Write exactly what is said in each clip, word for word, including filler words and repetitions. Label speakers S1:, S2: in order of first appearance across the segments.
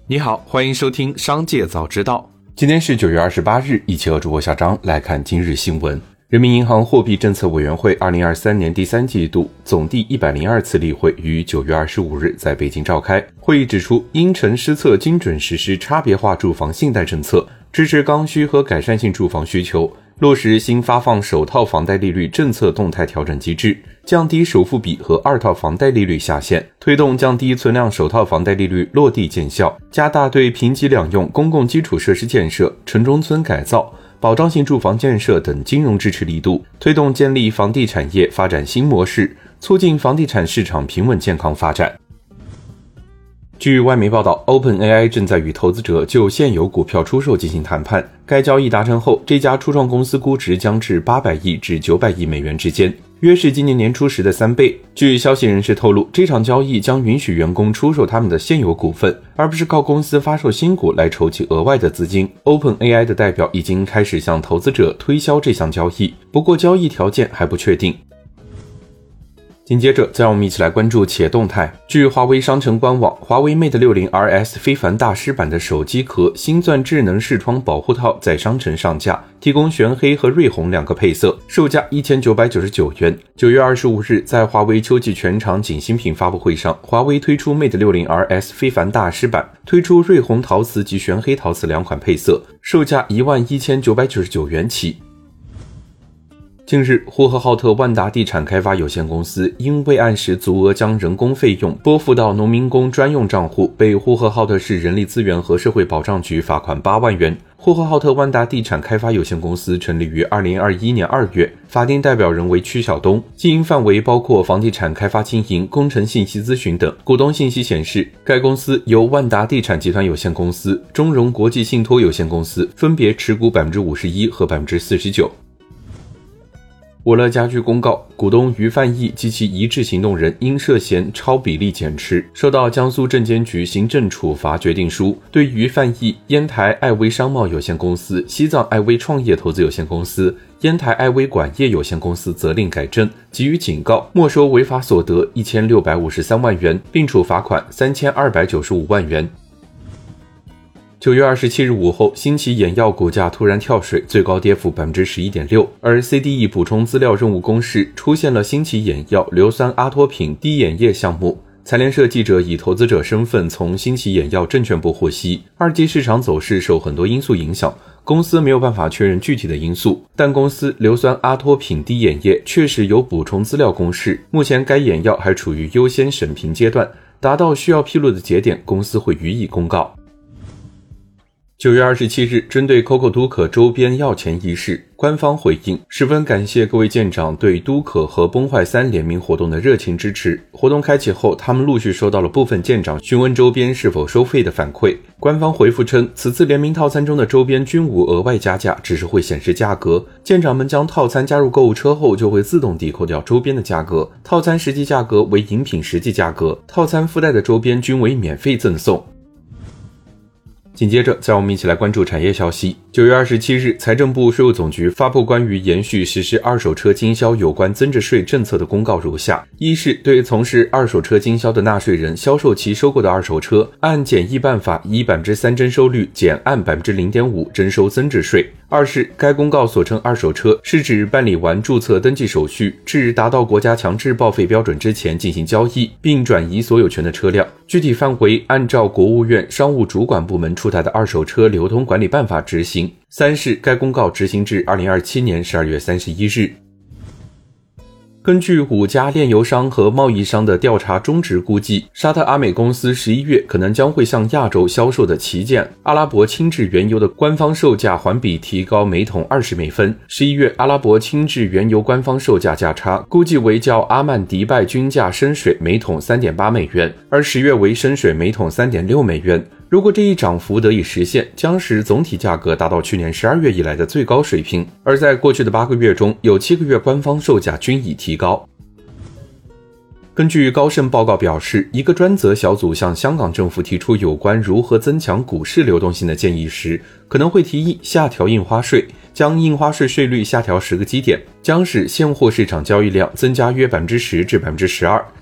S1: 你好，欢迎收听商界早知道。
S2: 今天是九月二十八日，一起和主播小张来看今日新闻。人民银行货币政策委员会二零二三年第三季度总第一百零二次例会于九月二十五日在北京召开。会议指出，因城施策精准实施差别化住房信贷政策，支持刚需和改善性住房需求，落实新发放首套房贷利率政策动态调整机制，降低首付比和二套房贷利率下限，推动降低存量首套房贷利率落地见效，加大对贫瘠两用公共基础设施建设、城中村改造、保障性住房建设等金融支持力度，推动建立房地产业发展新模式，促进房地产市场平稳健康发展。据外媒报道， OpenAI 正在与投资者就现有股票出售进行谈判，该交易达成后，这家初创公司估值将至八百亿至九百亿美元之间，约是今年年初时的三倍。据消息人士透露，这场交易将允许员工出售他们的现有股份，而不是靠公司发售新股来筹集额外的资金。 OpenAI 的代表已经开始向投资者推销这项交易，不过交易条件还不确定。紧接着，再让我们一起来关注企业动态。据华为商城官网，华为 Mate 六十 R S 非凡大师版的手机壳星钻智能视窗保护套在商城上架，提供玄黑和瑞红两个配色，售价一千九百九十九元。九月二十五日，在华为秋季全场景新品发布会上，华为推出 Mate 六十 R S 非凡大师版，推出瑞红陶瓷及玄黑陶瓷两款配色，售价一万一千九百九十九元起。近日，呼和浩特万达地产开发有限公司因未按时足额将人工费用拨付到农民工专用账户，被呼和浩特市人力资源和社会保障局罚款八万元。呼和浩特万达地产开发有限公司成立于二零二一年二月，法定代表人为曲晓东，经营范围包括房地产开发经营、工程信息咨询等。股东信息显示，该公司由万达地产集团有限公司、中融国际信托有限公司分别持股 百分之五十一 和 百分之四十九。我乐家居公告，股东于范义及其一致行动人因涉嫌超比例减持，收到江苏证监局行政处罚决定书，对于范义、烟台爱威商贸有限公司、西藏爱威创业投资有限公司、烟台爱威管业有限公司责令改正，给予警告，没收违法所得一千六百五十三万元，并处罚款三千二百九十五万元。九月二十七日午后，新奇眼药股价突然跳水，最高跌幅 百分之十一点六， 而 C D E 补充资料任务公示出现了新奇眼药硫酸阿托品滴眼液项目。财联社记者以投资者身份从新奇眼药证券部获悉，二季市场走势受很多因素影响，公司没有办法确认具体的因素，但公司硫酸阿托品滴眼液确实有补充资料公示，目前该眼药还处于优先审评阶段，达到需要披露的节点，公司会予以公告。九月二十七日，针对 Coco 都可周边要钱一事，官方回应，十分感谢各位舰长对都可和崩坏三联名活动的热情支持。活动开启后，他们陆续收到了部分舰长询问周边是否收费的反馈。官方回复称，此次联名套餐中的周边均无额外加价，只是会显示价格。舰长们将套餐加入购物车后，就会自动抵扣掉周边的价格。套餐实际价格为饮品实际价格，套餐附带的周边均为免费赠送。紧接着，再让我们一起来关注产业消息。九月二十七日，财政部税务总局发布关于延续实施二手车经销有关增值税政策的公告如下：一是对从事二手车经销的纳税人销售其收购的二手车，按简易办法以 百分之三 征收率减按 百分之零点五 征收增值税。二是该公告所称二手车是指办理完注册登记手续至达到国家强制报废标准之前进行交易并转移所有权的车辆，具体范围按照国务院商务主管部门出台的二手车流通管理办法执行。三是该公告执行至二零二七年十二月三十一日。根据五家炼油商和贸易商的调查中值估计，沙特阿美公司十一月可能将会向亚洲销售的旗舰阿拉伯轻质原油的官方售价环比提高每桶二十美分。十一月阿拉伯轻质原油官方售价价差估计为较阿曼迪拜均价深水每桶 三点八美元，而十月为深水每桶 三点六美元。如果这一涨幅得以实现，将使总体价格达到去年十二月以来的最高水平，而在过去的八个月中，有七个月官方售价均已提高。根据高盛报告表示，一个专责小组向香港政府提出有关如何增强股市流动性的建议时，可能会提议下调印花税，将印花税税率下调十个基点，将使现货市场交易量增加约 百分之十 至 百分之十二，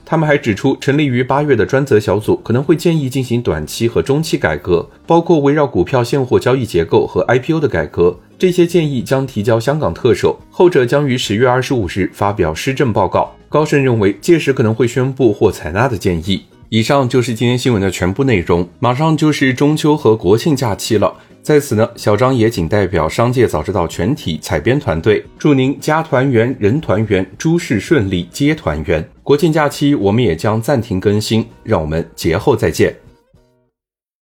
S2: 他们还指出，成立于八月的专责小组可能会建议进行短期和中期改革，包括围绕股票现货交易结构和 I P O 的改革。这些建议将提交香港特首，后者将于十月二十五日发表施政报告。高盛认为，届时可能会宣布或采纳的建议。以上就是今天新闻的全部内容，马上就是中秋和国庆假期了。在此呢，小张也仅代表商界早知道全体采编团队，祝您家团圆、人团圆、诸事顺利、皆团圆。国庆假期我们也将暂停更新，让我们节后再见。